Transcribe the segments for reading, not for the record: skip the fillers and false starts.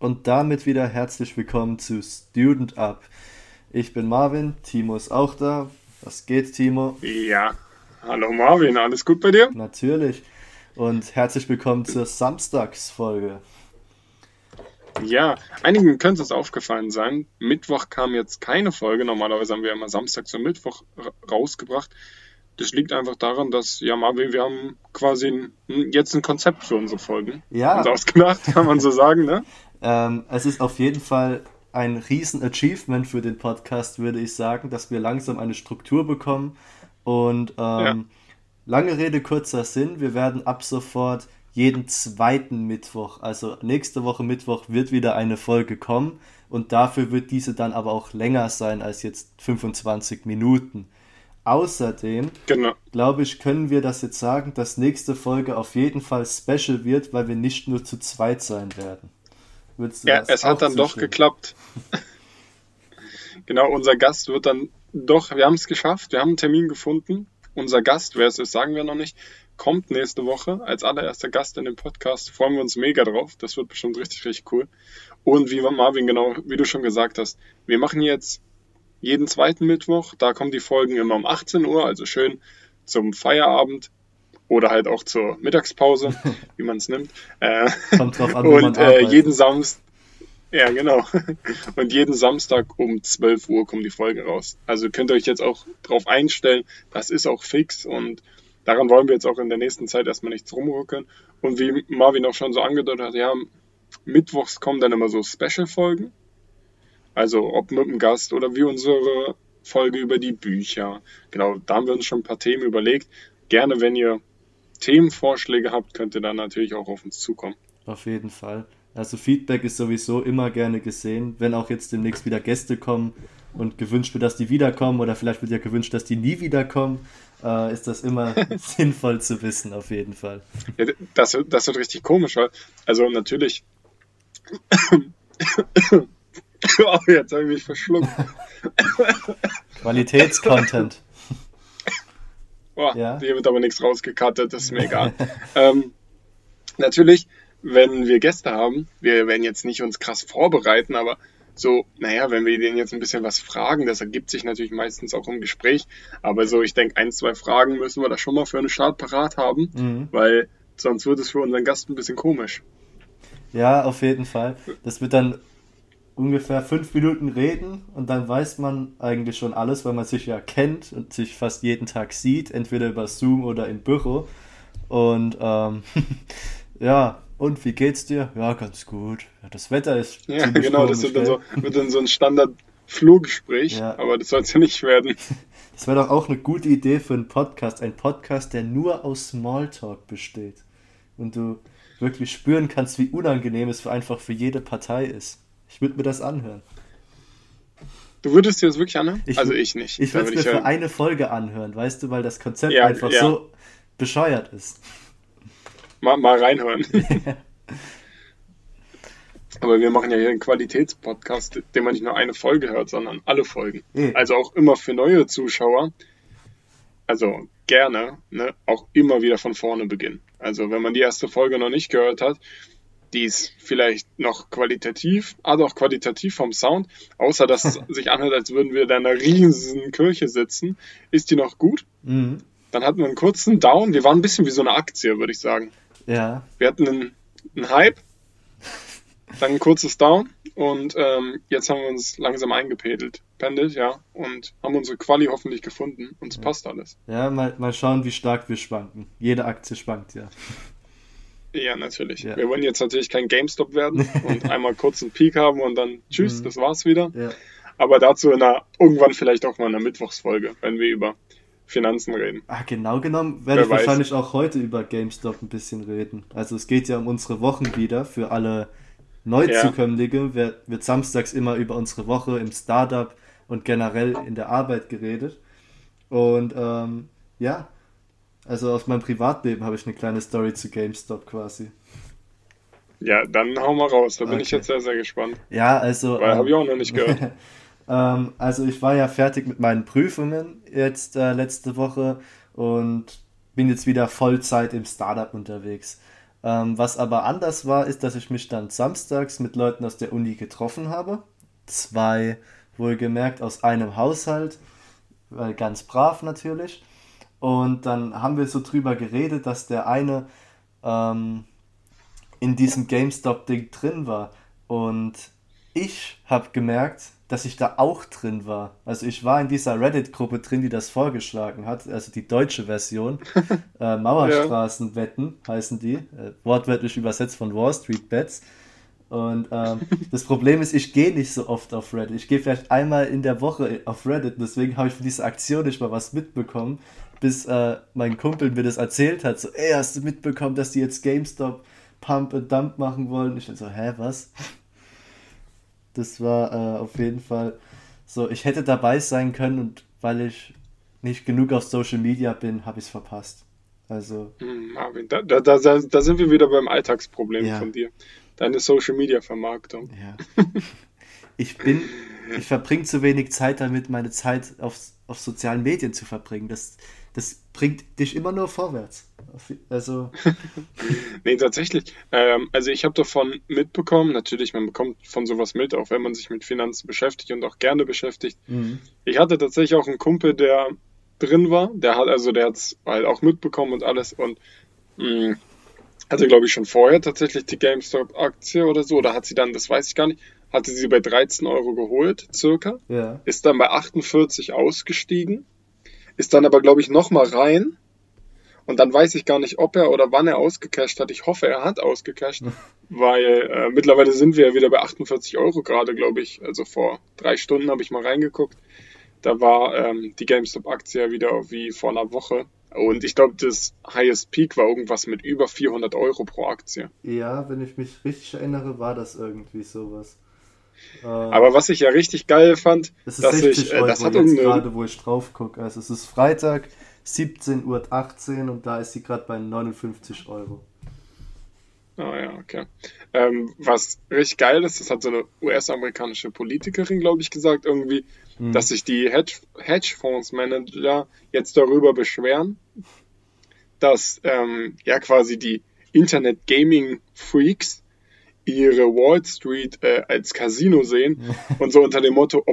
Und damit wieder herzlich willkommen zu Student Up. Ich bin Marvin, Timo ist auch da. Was geht, Timo? Ja, hallo Marvin, alles gut bei dir? Natürlich. Und herzlich willkommen zur Samstagsfolge. Ja, einigen könnte es aufgefallen sein. Mittwoch kam jetzt keine Folge. Normalerweise haben wir immer Samstags und Mittwoch rausgebracht. Das liegt einfach daran, dass, ja, Marvin, wir haben quasi jetzt ein Konzept für unsere Folgen uns Ja, ausgedacht, kann man so sagen, ne? es ist auf jeden Fall ein Riesen-Achievement für den Podcast, würde ich sagen, dass wir langsam eine Struktur bekommen. Und Ja, lange Rede, kurzer Sinn, wir werden ab sofort jeden zweiten Mittwoch, also nächste Woche Mittwoch, wird wieder eine Folge kommen. Und dafür wird diese dann aber auch länger sein als jetzt 25 Minuten. Außerdem, genau. glaube ich, können wir das jetzt sagen, dass nächste Folge auf jeden Fall special wird, weil wir nicht nur zu zweit sein werden. Würdest du Ja, das es hat auch dann doch zustimmen? geklappt. Genau, unser Gast wird dann doch, wir haben es geschafft, wir haben einen Termin gefunden. Unser Gast, wer es ist, sagen wir noch nicht, kommt nächste Woche als allererster Gast in dem Podcast. Freuen wir uns mega drauf. Das wird bestimmt richtig, richtig cool. Und wie Marvin, genau, wie du schon gesagt hast, wir machen jetzt jeden zweiten Mittwoch. Da kommen die Folgen immer um 18 Uhr, also schön zum Feierabend oder halt auch zur Mittagspause, wie man es nimmt. Kommt drauf an, wo man Und jeden arbeitet. Samstag, ja, genau. Und jeden Samstag um 12 Uhr kommen die Folgen raus. Also könnt ihr euch jetzt auch drauf einstellen. Das ist auch fix und daran wollen wir jetzt auch in der nächsten Zeit erstmal nichts rumrücken. Und wie Marvin auch schon so angedeutet hat, ja, mittwochs kommen dann immer so Special-Folgen. Also ob mit dem Gast oder wie unsere Folge über die Bücher. Genau, da haben wir uns schon ein paar Themen überlegt. Gerne, wenn ihr Themenvorschläge habt, könnt ihr dann natürlich auch auf uns zukommen. Auf jeden Fall. Also Feedback ist sowieso immer gerne gesehen, wenn auch jetzt demnächst wieder Gäste kommen und gewünscht wird, dass die wiederkommen oder vielleicht wird ja gewünscht, dass die nie wiederkommen, ist das immer sinnvoll zu wissen, auf jeden Fall. Ja, das wird richtig komisch, weil, also natürlich, oh, jetzt habe ich mich verschluckt. Qualitätscontent. Oh, Ja? hier wird aber nichts rausgecuttet, das ist mir egal. Ähm, Natürlich, wenn wir Gäste haben, wir werden jetzt nicht uns krass vorbereiten, aber so, naja, wenn wir denen jetzt ein bisschen was fragen, das ergibt sich natürlich meistens auch im Gespräch, aber so, ich denke, ein, zwei Fragen müssen wir da schon mal für einen Start parat haben, Mhm. weil sonst wird es für unseren Gast ein bisschen komisch. Ja, auf jeden Fall. Das wird dann ungefähr 5 Minuten reden und dann weiß man eigentlich schon alles, weil man sich ja kennt und sich fast jeden Tag sieht, entweder über Zoom oder im Büro. Und ja, und wie geht's dir? Ja, ganz gut. Ja, das Wetter ist Ja, ziemlich genau, das komisch, wird dann gell? so, ein Standard-Flohgespräch, Ja, aber das soll es ja nicht werden. das wäre doch auch eine gute Idee für einen Podcast. Ein Podcast, der nur aus Smalltalk besteht. Und du wirklich spüren kannst, wie unangenehm es einfach für jede Partei ist. Ich würde mir das anhören. Du würdest dir das wirklich anhören? Ich, Also wü- ich nicht. ich Da würde es würde mir ich für hören. eine Folge anhören, weißt du, weil das Konzept Ja, einfach ja, so bescheuert ist. mal reinhören. Aber wir machen ja hier einen Qualitätspodcast, den man nicht nur eine Folge hört, sondern alle Folgen. Eh, Also auch immer für neue Zuschauer, also gerne, ne, auch immer wieder von vorne beginnen. Also wenn man die erste Folge noch nicht gehört hat, die ist vielleicht noch qualitativ, also auch qualitativ vom Sound, außer dass es sich anhört, als würden wir da in einer riesen Kirche sitzen, ist die noch gut. mhm. Dann hatten wir einen kurzen Down, wir waren ein bisschen wie so eine Aktie, würde ich sagen. Ja, Wir hatten einen Hype, dann ein kurzes Down und jetzt haben wir uns langsam pendelt, ja, und haben unsere Quali hoffentlich gefunden und es passt alles. ja, mal schauen, wie stark wir schwanken. Jede Aktie schwankt, ja. Ja, natürlich. Ja, Wir wollen jetzt natürlich kein GameStop werden und einmal kurz einen Peak haben und dann tschüss, mhm. das war's wieder. Ja. Aber dazu irgendwann vielleicht auch mal in einer Mittwochsfolge, wenn wir über Finanzen reden. Ah, genau genommen werde Wer ich weiß. wahrscheinlich auch heute über GameStop ein bisschen reden. Also es geht ja um unsere Wochen wieder für alle Ja, Neuzukömmlinge. Wird samstags immer über unsere Woche im Startup und generell in der Arbeit geredet. Und ja, also aus meinem Privatleben habe ich eine kleine Story zu GameStop quasi. ja, dann hau mal raus. Da bin ich Okay. jetzt sehr, sehr gespannt, Ja, also weil habe ich auch noch nicht gehört. also ich war ja fertig mit meinen Prüfungen jetzt letzte Woche und bin jetzt wieder Vollzeit im Startup unterwegs. Was aber anders war, ist, dass ich mich dann samstags mit Leuten aus der Uni getroffen habe. Zwei, wohlgemerkt, aus einem Haushalt, weil ganz brav natürlich. Und dann haben wir so drüber geredet, dass der eine ähm, in diesem GameStop-Ding drin war. Und ich habe gemerkt, dass ich da auch drin war. Also ich war in dieser Reddit-Gruppe drin, die das vorgeschlagen hat, also die deutsche Version. Ja. Mauerstraßenwetten heißen die, wortwörtlich übersetzt von Wall Street Bets. Und das Problem ist, ich gehe nicht so oft auf Reddit. Ich gehe vielleicht einmal in der Woche auf Reddit. Deswegen habe ich von dieser Aktion nicht mal was mitbekommen, bis mein Kumpel mir das erzählt hat. So, ey, hast du mitbekommen, dass die jetzt GameStop Pump and Dump machen wollen? Ich dachte so, hä, was? Das war auf jeden Fall so, ich hätte dabei sein können und weil ich nicht genug auf Social Media bin, habe ich es verpasst. Also, Marvin, da sind wir wieder beim Alltagsproblem ja, von dir. Deine Social-Media-Vermarktung. ja. Ich bin, ich verbringe zu wenig Zeit damit, meine Zeit auf sozialen Medien zu verbringen. Das bringt dich immer nur vorwärts. Also, Nee, tatsächlich. Also ich habe davon mitbekommen, natürlich, man bekommt von sowas mit, auch wenn man sich mit Finanzen beschäftigt und auch gerne beschäftigt. mhm. Ich hatte tatsächlich auch einen Kumpel, der drin war, der hat es halt auch mitbekommen und alles und mh, hatte, glaube ich, schon vorher tatsächlich die GameStop-Aktie oder so, oder hat sie dann, das weiß ich gar nicht, hatte sie bei 13 Euro geholt, circa, Ja. ist dann bei 48 ausgestiegen, ist dann aber, glaube ich, nochmal rein und dann weiß ich gar nicht, ob er oder wann er ausgecasht hat. Ich hoffe, er hat ausgecasht, weil mittlerweile sind wir ja wieder bei 48 Euro gerade, glaube ich. Also vor 3 Stunden habe ich mal reingeguckt. Da war die GameStop-Aktie ja wieder wie vor einer Woche. Und ich glaube, das Highest Peak war irgendwas mit über 400 Euro pro Aktie. Ja, wenn ich mich richtig erinnere, war das irgendwie sowas. Aber was ich ja richtig geil fand, Es ist 60 das Euro hat jetzt irgendeine, gerade, wo ich drauf gucke. Also es ist Freitag, 17:18 Uhr und da ist sie gerade bei 59 Euro. ah ja, okay. Was richtig geil ist, das hat so eine US-amerikanische Politikerin, glaube ich, gesagt, irgendwie, Hm. dass sich die Hedgefondsmanager jetzt darüber beschweren, dass ja quasi die Internet-Gaming-Freaks ihre Wall Street als Casino sehen und so unter dem Motto,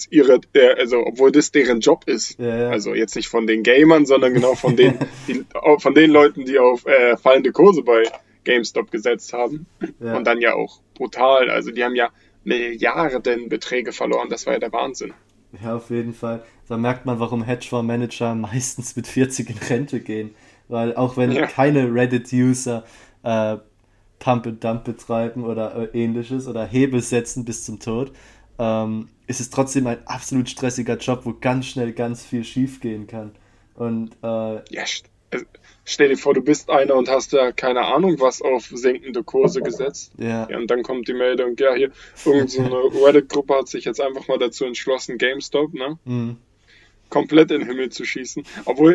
obwohl das deren Job ist. Ja, ja. Also jetzt nicht von den Gamern, sondern genau von den Leuten, die auf fallende Kurse bei GameStop gesetzt haben. Und Ja. dann ja auch brutal. Also die haben ja Milliardenbeträge verloren. Das war ja der Wahnsinn. Ja, auf jeden Fall. Da merkt man, warum Hedgefondsmanager meistens mit 40 in Rente gehen. Weil auch wenn Ja, keine Reddit-User äh, Pump and Dump betreiben oder ähnliches oder Hebel setzen bis zum Tod, ist es trotzdem ein absolut stressiger Job, wo ganz schnell ganz viel schief gehen kann. Und ja, stell dir vor, du bist einer und hast ja keine Ahnung, was auf sinkende Kurse gesetzt. ja, Ja, und dann kommt die Meldung, ja, hier, irgend so eine Reddit-Gruppe hat sich jetzt einfach mal dazu entschlossen, GameStop, ne, mm, komplett in den Himmel zu schießen. Obwohl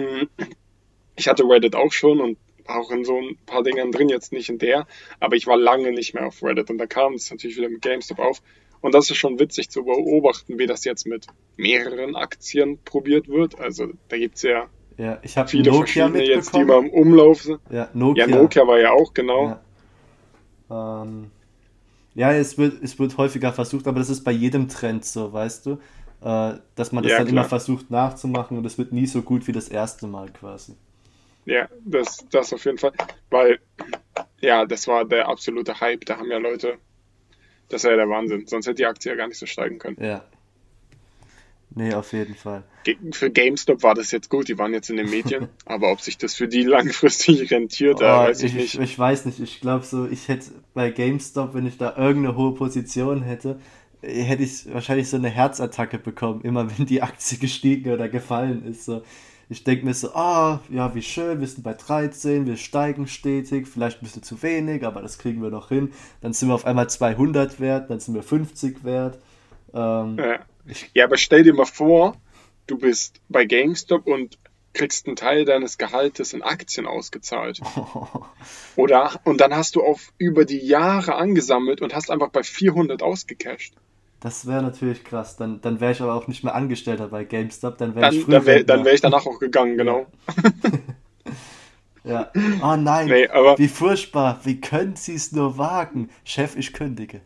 ich hatte Reddit auch schon und war auch in so ein paar Dingern drin, jetzt nicht in der, aber ich war lange nicht mehr auf Reddit und da kam es natürlich wieder mit GameStop auf. Und das ist schon witzig zu beobachten, wie das jetzt mit mehreren Aktien probiert wird. Also da gibt's ja ja, ich habe viele Nokia verschiedene jetzt, die mal mitbekommen. im Umlauf sind. Ja, Ja, Nokia. Nokia war ja auch genau. Ja, ja, es wird häufiger versucht, aber das ist bei jedem Trend so, weißt du? Dass man das Ja, dann immer klar. versucht nachzumachen und es wird nie so gut wie das erste Mal quasi. Ja, das auf jeden Fall. Weil, ja, das war der absolute Hype. Da haben ja Leute, das war ja der Wahnsinn. Sonst hätte die Aktie ja gar nicht so steigen können. Ja, nee, auf jeden Fall. Für GameStop war das jetzt gut, die waren jetzt in den Medien. Aber ob sich das für die langfristig rentiert, Oh, weiß ich ich, nicht. ich weiß nicht, ich glaube so, ich hätte bei GameStop, wenn ich da irgendeine hohe Position hätte, hätte ich wahrscheinlich so eine Herzattacke bekommen, immer wenn die Aktie gestiegen oder gefallen ist. So. Ich denke mir so, ah, ja, wie schön, wir sind bei 13, wir steigen stetig, vielleicht ein bisschen zu wenig, aber das kriegen wir noch hin. Dann sind wir auf einmal 200 wert, dann sind wir 50 wert. Ähm, Ja. ich, Ja, aber stell dir mal vor, du bist bei GameStop und kriegst einen Teil deines Gehaltes in Aktien ausgezahlt. Und dann hast du auf über die Jahre angesammelt und hast einfach bei 400 ausgecasht. Das wäre natürlich krass. Dann wäre ich aber auch nicht mehr Angestellter bei GameStop, dann wäre ich Dann Frührentner. wär ich danach auch gegangen, Ja, genau. Ja. Oh nein, Nee, aber wie furchtbar. Wie können Sie es nur wagen? Chef, ich kündige.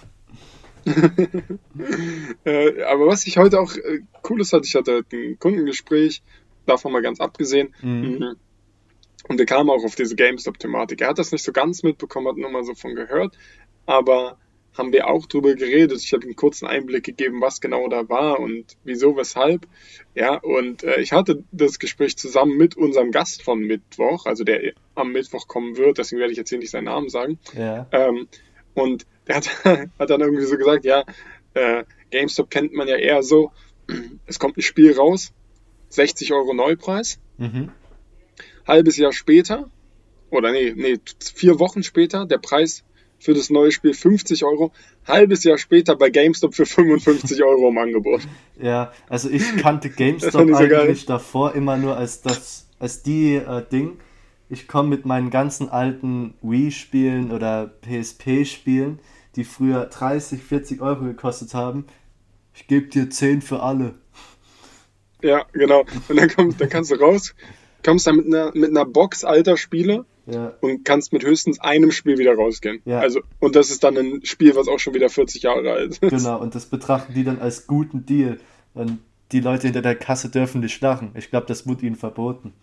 Aber was ich heute auch Cooles hatte, ich hatte heute ein Kundengespräch, davon mal ganz abgesehen. Mhm. Mhm. Und wir kamen auch auf diese GameStop-Thematik. Er hat das nicht so ganz mitbekommen, hat nur mal so von gehört, aber haben wir auch drüber geredet. Ich habe ihm einen kurzen Einblick gegeben, was genau da war und wieso, weshalb. Ja, und ich hatte das Gespräch zusammen mit unserem Gast vom Mittwoch, also der am Mittwoch kommen wird, deswegen werde ich jetzt hier nicht seinen Namen sagen. Ja. Und der hat dann irgendwie so gesagt, ja, GameStop kennt man ja eher so, es kommt ein Spiel raus, 60 € Neupreis, Mhm. halbes Jahr später, oder nee, 4 Wochen später, der Preis für das neue Spiel 50 €, halbes Jahr später bei GameStop für 55 € im Angebot. Ja, also ich kannte Das GameStop fand ich so geil. eigentlich davor immer nur als die Ding. Ich komme mit meinen ganzen alten Wii-Spielen oder PSP-Spielen, die früher 30, 40 € gekostet haben. Ich gebe dir 10 für alle. Ja, genau. Und dann kannst du raus, kommst dann mit einer Box alter Spiele Ja, und kannst mit höchstens einem Spiel wieder rausgehen. ja, Also, und das ist dann ein Spiel, was auch schon wieder 40 Jahre alt ist. genau. Und das betrachten die dann als guten Deal. Und die Leute hinter der Kasse dürfen nicht lachen. Ich glaube, das wurde ihnen verboten.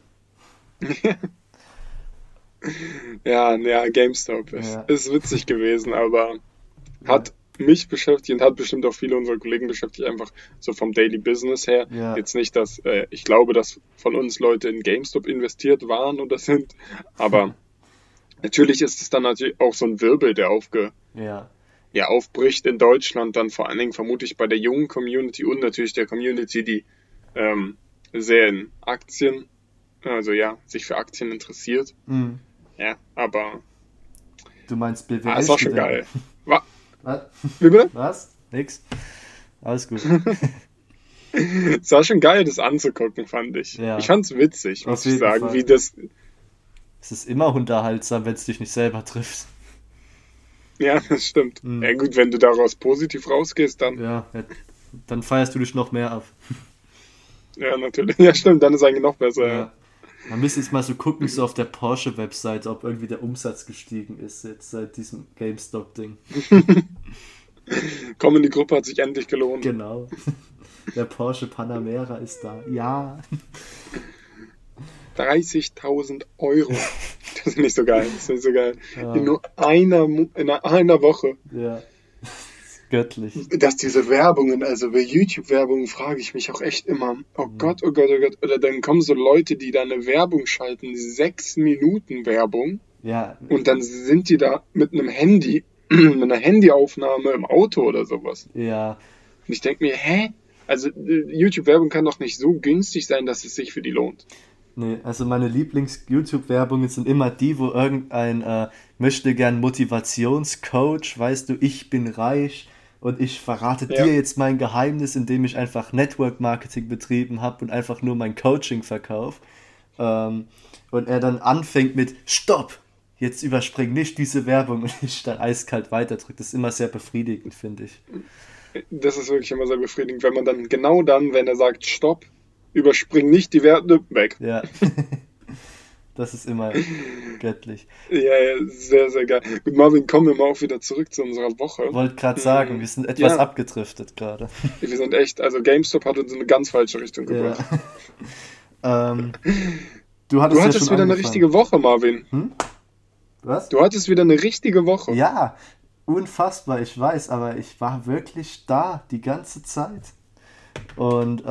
Ja, ja, GameStop Ja, ist witzig gewesen, aber ja, hat mich beschäftigt und hat bestimmt auch viele unserer Kollegen beschäftigt, einfach so vom Daily Business her. ja, Jetzt nicht, dass ich glaube, dass von uns Leute in GameStop investiert waren oder sind, aber natürlich ist es dann natürlich auch so ein Wirbel, der ja. ja, aufbricht in Deutschland, dann vor allen Dingen vermutlich bei der jungen Community und natürlich der Community, die ähm, sehr in Aktien, also ja, sich für Aktien interessiert. Hm. Ja, aber Du meinst es war schon BWL-Studenten? geil. Wa Was? Wie bitte? Was? Nix? Alles gut. Es war schon geil, das anzugucken, fand ich. Ich Ja, fand's witzig, auf muss ich jeden sagen, wie Fall. das, Es ist immer unterhaltsam, wenn es dich nicht selber trifft. ja, das stimmt. Hm. Ja gut, wenn du daraus positiv rausgehst, dann, Ja, ja, dann feierst du dich noch mehr ab. ja, natürlich. Ja, stimmt, dann ist eigentlich noch besser, ja. Ja. Man müsste jetzt mal so gucken, so auf der Porsche-Webseite, ob irgendwie der Umsatz gestiegen ist jetzt seit diesem GameStop-Ding. Komm in die Gruppe, hat sich endlich gelohnt. Genau. Der Porsche Panamera ist da. Ja. 30.000 Euro. Das ist nicht so geil. Das ist nicht so geil. In Ja, nur in einer Woche. ja. Göttlich. Dass diese Werbungen, also bei YouTube-Werbungen frage ich mich auch echt immer, oh Hm. Gott, oh Gott, oh Gott. Oder dann kommen so Leute, die da eine Werbung schalten, 6 Minuten Werbung, Ja, und dann sind die da mit einem Handy, mit einer Handyaufnahme im Auto oder sowas. ja. Und ich denke mir, hä? Also YouTube-Werbung kann doch nicht so günstig sein, dass es sich für die lohnt. Nee, also meine Lieblings-YouTube-Werbungen sind immer die, wo irgendein möchte gern Motivationscoach, weißt du, ich bin reich und ich verrate Ja. dir jetzt mein Geheimnis, indem ich einfach Network-Marketing betrieben habe und einfach nur mein Coaching verkaufe. Und er dann anfängt mit Stopp! Jetzt überspring nicht diese Werbung und ich dann eiskalt weiterdrücke. Das ist immer sehr befriedigend, finde ich. Das ist wirklich immer sehr befriedigend, wenn man dann genau dann, wenn er sagt, Stopp, überspring nicht die Werte, weg. Ja, das ist immer göttlich. Ja, ja, sehr, sehr geil. Gut, Marvin, kommen wir mal auch wieder zurück zu unserer Woche. Wollte gerade sagen, wir sind etwas Ja, abgedriftet gerade. wir sind echt, also GameStop hat uns in eine ganz falsche Richtung Ja. gebracht. Ähm, Du Du hattest ja schon hattest wieder eine angefangen. richtige Woche, Marvin. Hm? Was? Du hattest wieder eine richtige Woche. Ja, unfassbar, ich weiß, aber ich war wirklich da die ganze Zeit. Und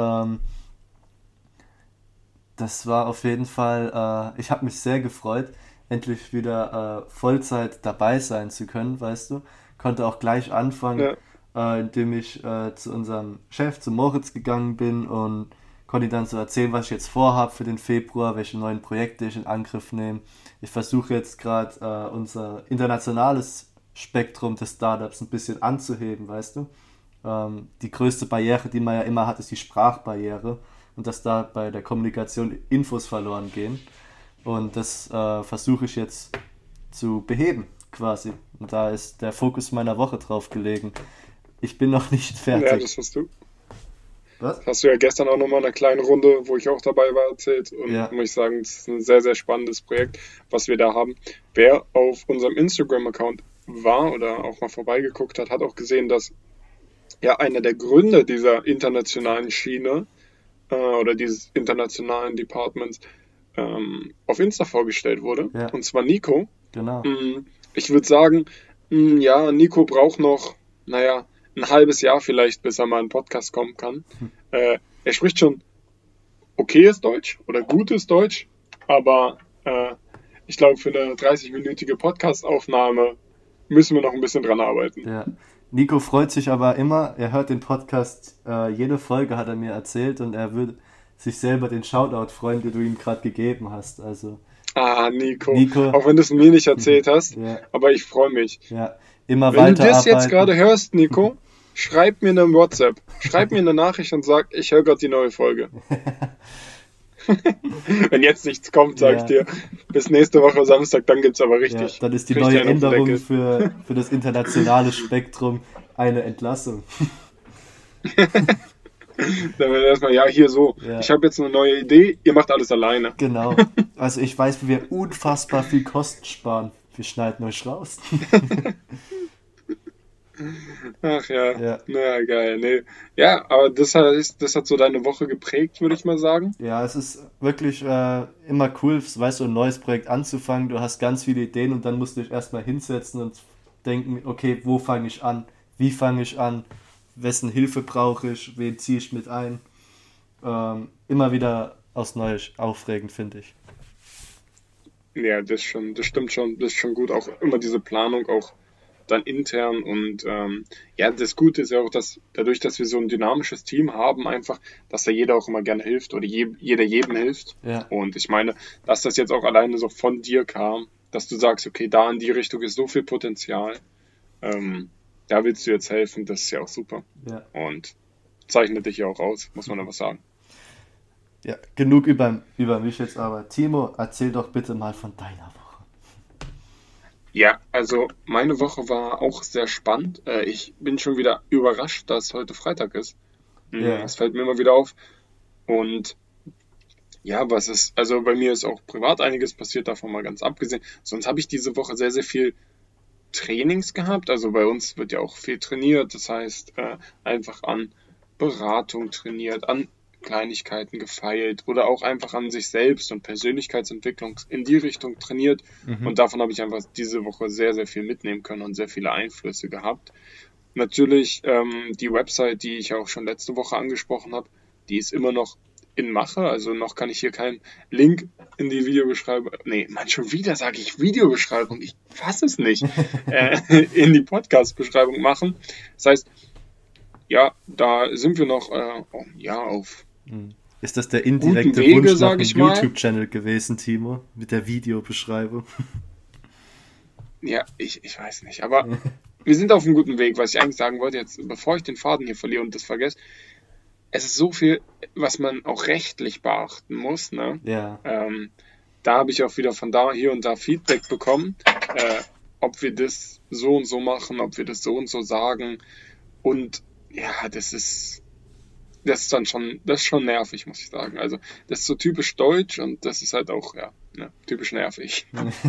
das war auf jeden Fall, ich habe mich sehr gefreut, endlich wieder Vollzeit dabei sein zu können, weißt du. Konnte auch gleich anfangen, Ja, indem ich zu unserem Chef, zu Moritz gegangen bin und konnte ihm dann so erzählen, was ich jetzt vorhabe für den Februar, welche neuen Projekte ich in Angriff nehme. Ich versuche jetzt gerade unser internationales Spektrum des Startups ein bisschen anzuheben, weißt du. Die größte Barriere, die man ja immer hat, ist die Sprachbarriere und dass da bei der Kommunikation Infos verloren gehen. Und das versuche ich jetzt zu beheben, quasi. Und da ist der Fokus meiner Woche drauf gelegen. Ich bin noch nicht ja, fertig. das hast du. Was? Das hast du ja gestern auch nochmal in einer kleinen Runde, wo ich auch dabei war, erzählt. Und Ja, muss ich sagen, es ist ein sehr, sehr spannendes Projekt, was wir da haben. Wer auf unserem Instagram-Account war oder auch mal vorbeigeguckt hat, hat auch gesehen, dass ja einer der Gründer dieser internationalen Schiene oder dieses internationalen Departments auf Insta vorgestellt wurde. ja, Und zwar Nico. genau. Mm, Ich würde sagen, ja, Nico braucht noch, naja, ein halbes Jahr vielleicht, bis er mal in den Podcast kommen kann. Er spricht schon okayes Deutsch oder gutes Deutsch, aber ich glaube, für eine 30-minütige Podcast-Aufnahme müssen wir noch ein bisschen dran arbeiten. Ja. Nico freut sich aber immer, er hört den Podcast, jede Folge hat er mir erzählt und er würde sich selber den Shoutout freuen, den du ihm gerade gegeben hast. Also, Ah, Nico, Nico, auch wenn du es mir nicht erzählt hast, ja, aber ich freue mich. ja, immer Wenn du das jetzt weiterarbeiten. gerade hörst, Nico, schreib mir eine WhatsApp. Schreib mir eine Nachricht und sag, ich höre gerade die neue Folge. Wenn jetzt nichts kommt, sag ich Ja, dir, bis nächste Woche Samstag, dann gibt's aber ja, richtig, dann ist die richtig neue einen auf den Änderung Deckel. für das internationale Spektrum eine Entlassung. Dann wird erstmal, ja, hier so, Ja, ich habe jetzt eine neue Idee, ihr macht alles alleine. genau. Also ich weiß, wie wir unfassbar viel Kosten sparen. Wir schneiden euch raus. Ach ja, Ja, na geil, nee. Ja, aber das hat so deine Woche geprägt, würde ich mal sagen. ja, es ist wirklich immer cool, weißt du, ein neues Projekt anzufangen. Du hast ganz viele Ideen und dann musst du dich erstmal hinsetzen und denken, okay, wo fange ich an? Wie fange ich an? Wessen Hilfe brauche ich? Wen ziehe ich mit ein? Immer wieder aufs Neue aufregend, finde ich. Ja, das stimmt schon, das ist schon gut. Auch immer diese Planung, auch dann intern und ja, das Gute ist ja auch, dass dadurch, dass wir so ein dynamisches Team haben, einfach, dass da jeder auch immer gerne hilft oder jeder jedem hilft. Ja, Und ich meine, dass das jetzt auch alleine so von dir kam, dass du sagst, okay, da in die Richtung ist so viel Potenzial, ähm, da willst du jetzt helfen, das ist ja auch super. ja. Und zeichnet dich ja auch aus, muss man aber sagen. Ja, genug über mich jetzt, aber Timo, erzähl doch bitte mal von deiner Woche. Ja, also meine Woche war auch sehr spannend. Ich bin schon wieder überrascht, dass heute Freitag ist. Ja, Es fällt mir immer wieder auf. Und ja, also bei mir ist auch privat einiges passiert, davon mal ganz abgesehen. Sonst habe ich diese Woche sehr, sehr viel Trainings gehabt. Also bei uns wird ja auch viel trainiert. Das heißt, einfach an Beratung trainiert, an Kleinigkeiten gefeilt oder auch einfach an sich selbst und Persönlichkeitsentwicklung in die Richtung trainiert. mhm. Und davon habe ich einfach diese Woche sehr, sehr viel mitnehmen können und sehr viele Einflüsse gehabt. Natürlich die Website, die ich auch schon letzte Woche angesprochen habe, die ist immer noch in Mache. Also noch kann ich hier keinen Link in die Videobeschreibung, nee, man, schon wieder sage ich Videobeschreibung, ich fasse es nicht, in die Podcast-Beschreibung machen. Das heißt, ja, da sind wir noch ja, auf Ist das der guten indirekte Wege, Wunsch nach sage einem ich mal. YouTube-Channel gewesen, Timo? Mit der Videobeschreibung? Ja, ich weiß nicht, aber wir sind auf einem guten Weg. Was ich eigentlich sagen wollte, jetzt, bevor ich den Faden hier verliere und das vergesse, es ist so viel, was man auch rechtlich beachten muss, ne? Ja, Ähm, Da habe ich auch wieder von da hier und da Feedback bekommen, ob wir das so und so machen, ob wir das so und so sagen. Und ja, das ist dann schon, das ist schon nervig, muss ich sagen. Also, das ist so typisch deutsch und das ist halt auch, ja, ne, typisch nervig.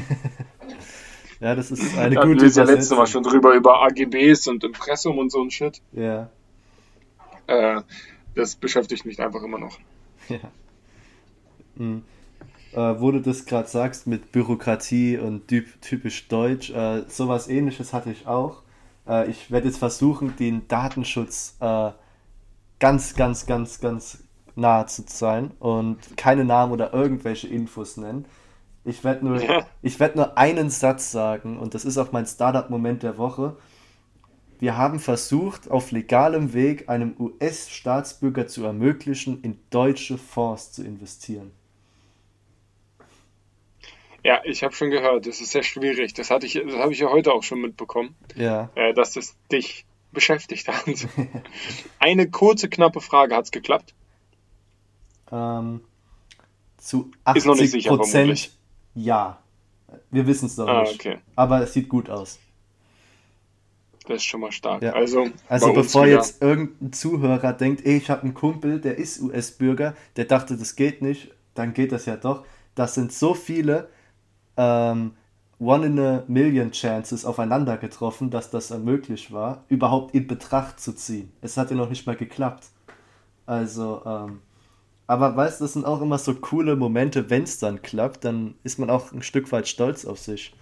ja, das ist eine Da hatten gute wir es ja letztes Mal Übersetzung. schon drüber, über AGBs und Impressum und so ein Shit. Ja, Äh, Das beschäftigt mich einfach immer noch. ja. Mhm. Wo du das gerade sagst mit Bürokratie und typisch deutsch, sowas ähnliches hatte ich auch. Ich werde jetzt versuchen, den Datenschutz ganz nahe zu sein und keine Namen oder irgendwelche Infos nennen. Ich werde nur, Ja, ich werd nur einen Satz sagen und das ist auch mein Startup-Moment der Woche. Wir haben versucht, auf legalem Weg einem US-Staatsbürger zu ermöglichen, in deutsche Fonds zu investieren. ja, ich habe schon gehört, das ist sehr schwierig. Das habe ich ja heute auch schon mitbekommen, Ja. dass das dich beschäftigt hat. Eine kurze, knappe Frage, hat's geklappt? Ähm, zu Ist noch nicht 80% sicher, vermutlich. ja. Wir wissen es noch Ah, nicht. okay. Aber es sieht gut aus. Das ist schon mal stark. Ja. Also Also bei uns bevor wieder, jetzt irgendein Zuhörer denkt, ey, ich habe einen Kumpel, der ist US-Bürger, der dachte, das geht nicht, dann geht das ja doch. Das sind so viele ähm, One in a Million Chances aufeinander getroffen, dass das möglich war, überhaupt in Betracht zu ziehen. Es hat ja noch nicht mal geklappt. Also, aber weißt du, das sind auch immer so coole Momente, wenn es dann klappt, dann ist man auch ein Stück weit stolz auf sich.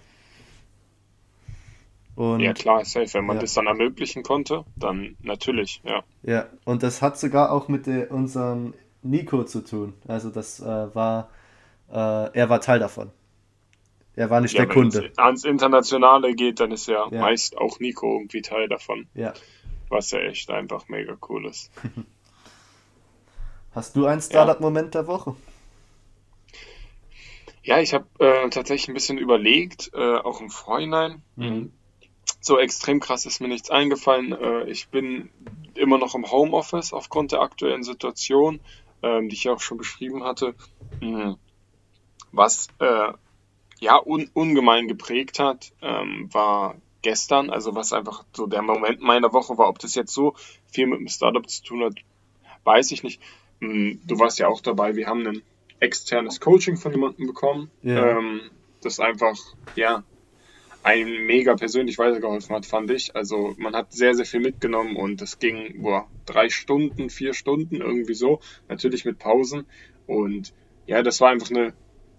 ja Und klar, safe, wenn man ja, das dann ermöglichen konnte, dann natürlich, ja. ja, und das hat sogar auch mit unserem Nico zu tun. Also das er war Teil davon. Er war nicht der Ja, wenn es Kunde. ans Internationale geht, dann ist ja Ja, meist auch Nico irgendwie Teil davon, ja. was ja echt einfach mega cool ist. Hast du einen Ja, Startup-Moment der Woche? ja, ich habe tatsächlich ein bisschen überlegt, auch im Vorhinein. Mhm. So extrem krass ist mir nichts eingefallen. Ich bin immer noch im Homeoffice aufgrund der aktuellen Situation, die ich ja auch schon beschrieben hatte. Mhm. Was ja ungemein geprägt hat, war gestern, also was einfach so der Moment meiner Woche war. Ob das jetzt so viel mit dem Startup zu tun hat, weiß ich nicht. Du warst ja auch dabei. Wir haben ein externes Coaching von jemandem bekommen, Ja, das einfach, ja, einem mega persönlich weitergeholfen hat, fand ich. Also man hat sehr, sehr viel mitgenommen und es ging, 3 Stunden, 4 Stunden, irgendwie so. Natürlich mit Pausen. Und ja, das war einfach eine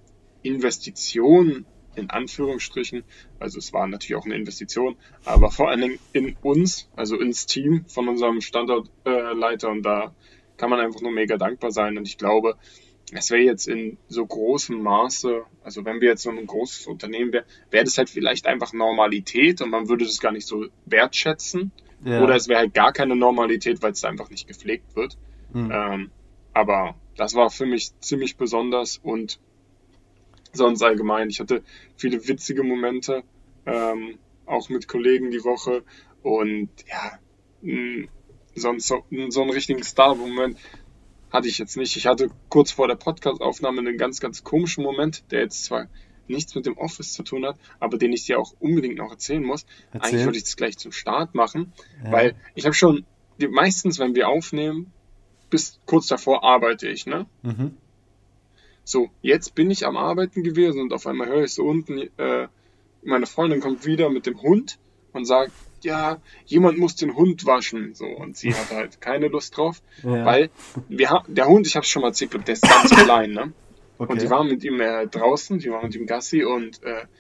Investition in Anführungsstrichen. Also es war natürlich auch eine Investition, aber vor allen Dingen in uns, also ins Team von unserem Standortleiter. Und da kann man einfach nur mega dankbar sein. Und ich glaube, es wäre jetzt in so großem Maße, also wenn wir jetzt so ein großes Unternehmen wären, wäre das halt vielleicht einfach Normalität und man würde das gar nicht so wertschätzen. Oder ja. es wäre halt gar keine Normalität, weil es einfach nicht gepflegt wird. Mhm. Ähm, aber das war für mich ziemlich besonders und sonst allgemein. Ich hatte viele witzige Momente, auch mit Kollegen die Woche und ja, mh, sonst so einen richtigen Star-Moment hatte ich jetzt nicht. Ich hatte kurz vor der Podcast-Aufnahme einen ganz, ganz komischen Moment, der jetzt zwar nichts mit dem Office zu tun hat, aber den ich dir auch unbedingt noch erzählen muss. Eigentlich Erzähl. würde ich das gleich zum Start machen, Ja. weil ich habe schon, meistens, wenn wir aufnehmen, bis kurz davor arbeite ich, ne? Mhm. So, jetzt bin ich am Arbeiten gewesen und auf einmal höre ich so unten, meine Freundin kommt wieder mit dem Hund und sagt, ja, jemand muss den Hund waschen. So, und sie hatte halt keine Lust drauf, Ja. weil der Hund, ich habe es schon mal erzählt, glaub, der ist ganz klein, ne? Und die Okay. war mit ihm draußen, die war mit ihm Gassi und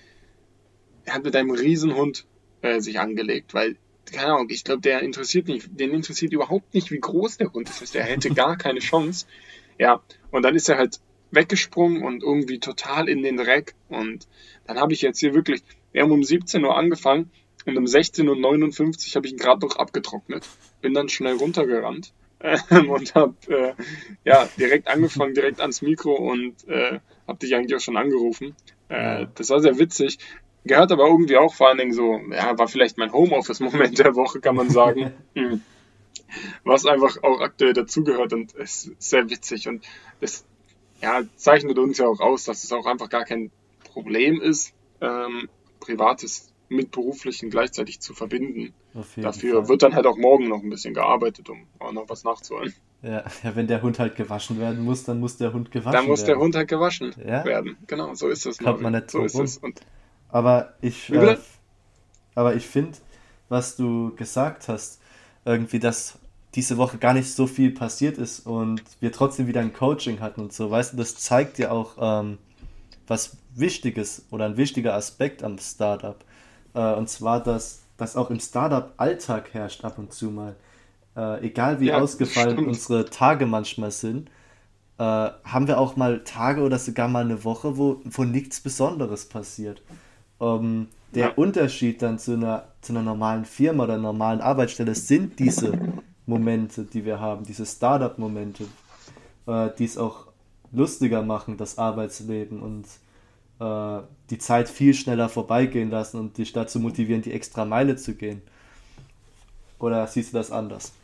er hat mit einem Riesenhund sich angelegt, weil, keine Ahnung, ich glaube, den interessiert überhaupt nicht, wie groß der Hund ist. Er hätte gar keine Chance. Ja, und dann ist er halt weggesprungen und irgendwie total in den Dreck. Und dann habe ich jetzt hier wirklich, wir haben um 17 Uhr angefangen und um 16:59 Uhr habe ich ihn gerade noch abgetrocknet. Bin dann schnell runtergerannt und habe ja direkt angefangen, direkt ans Mikro und habe dich eigentlich auch schon angerufen. Ja. Das war sehr witzig. Gehört aber irgendwie auch vor allen Dingen so, ja, war vielleicht mein Homeoffice-Moment der Woche, kann man sagen. Was einfach auch aktuell dazugehört und es ist sehr witzig und das ja, zeichnet uns ja auch aus, dass es auch einfach gar kein Problem ist, Privates mit Beruflichen gleichzeitig zu verbinden. Auf jeden Dafür Fall. wird dann halt auch morgen noch ein bisschen gearbeitet, um auch noch was nachzuholen. Ja, ja, wenn der Hund halt gewaschen werden muss, dann muss der Hund Dann gewaschen muss der werden. Hund halt gewaschen Ja, werden. Genau, so ist es, kommt man Marvin. nicht So drum ist rum. es. Und Aber ich, wie äh, bitte? aber ich finde, was du gesagt hast, irgendwie, dass diese Woche gar nicht so viel passiert ist und wir trotzdem wieder ein Coaching hatten und so, weißt du, das zeigt ja auch was Wichtiges oder ein wichtiger Aspekt am Startup. Und zwar, dass auch im Startup Alltag herrscht ab und zu mal. Egal wie Ja, ausgefallen stimmt. unsere Tage manchmal sind, haben wir auch mal Tage oder sogar mal eine Woche, wo nichts Besonderes passiert. Ja, Der Unterschied dann zu einer normalen Firma oder normalen Arbeitsstelle sind diese Momente, die wir haben, diese Startup-Momente, die es auch lustiger machen, das Arbeitsleben und die Zeit viel schneller vorbeigehen lassen und dich dazu motivieren, die extra Meile zu gehen. Oder siehst du das anders?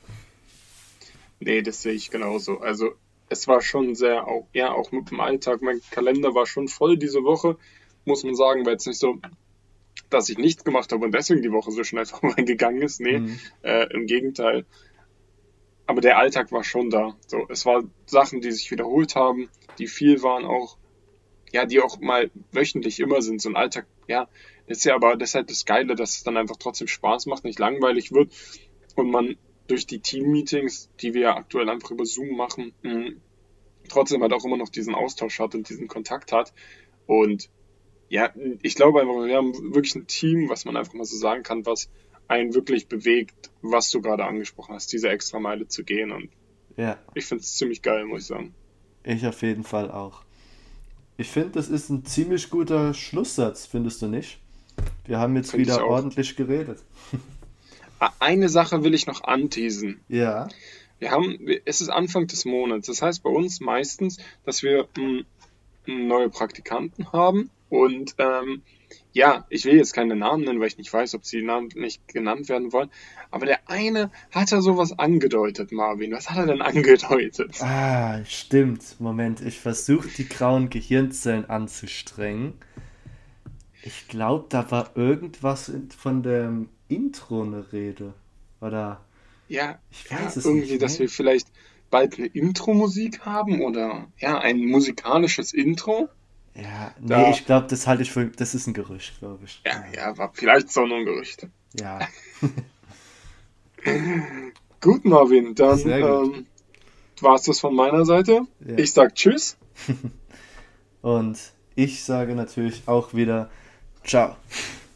nee, das sehe ich genauso. Also es war schon sehr, auch, ja, auch mit dem Alltag. Mein Kalender war schon voll diese Woche, muss man sagen, war jetzt nicht so dass ich nichts gemacht habe und deswegen die Woche so schnell vorbeigegangen ist. Nee, Mhm. im Gegenteil. Aber der Alltag war schon da. So, es waren Sachen, die sich wiederholt haben, die viel waren auch, ja, die auch mal wöchentlich immer sind. So ein Alltag, ja, das ist ja aber das ist halt das Geile, dass es dann einfach trotzdem Spaß macht, nicht langweilig wird und man durch die Team-Meetings, die wir ja aktuell einfach über Zoom machen, trotzdem halt auch immer noch diesen Austausch hat und diesen Kontakt hat. Und ja, ich glaube einfach, wir haben wirklich ein Team, was man einfach mal so sagen kann, was einen wirklich bewegt, was du gerade angesprochen hast, diese extra Meile zu gehen. Und Ja, ich finde es ziemlich geil, muss ich sagen. ich auf jeden Fall auch. Ich finde, das ist ein ziemlich guter Schlusssatz, findest du nicht? Wir haben jetzt Finde ich wieder auch. ordentlich geredet. Eine Sache will ich noch anteasen. Ja, Es ist Anfang des Monats. Das heißt bei uns meistens, dass wir neue Praktikanten haben. Und ja, ich will jetzt keine Namen nennen, weil ich nicht weiß, ob sie namentlich genannt werden wollen. Aber der eine hat ja sowas angedeutet, Marvin. Was hat er denn angedeutet? stimmt. Moment, ich versuche die grauen Gehirnzellen anzustrengen. Ich glaube, da war irgendwas von dem Intro eine Rede. Oder Ja, ich ja, weiß es irgendwie, nicht, dass ne? wir vielleicht bald eine Intro-Musik haben oder ja, ein musikalisches Intro. Ja, nee, Da, ich glaube, das halte ich für, das ist ein Gerücht, glaube ich. ja, ja, war vielleicht so nur ein Gerücht. Ja, Gut, Marvin, dann sehr gut. war es das von meiner Seite. Ja. Ich sag Tschüss. Und ich sage natürlich auch wieder Ciao.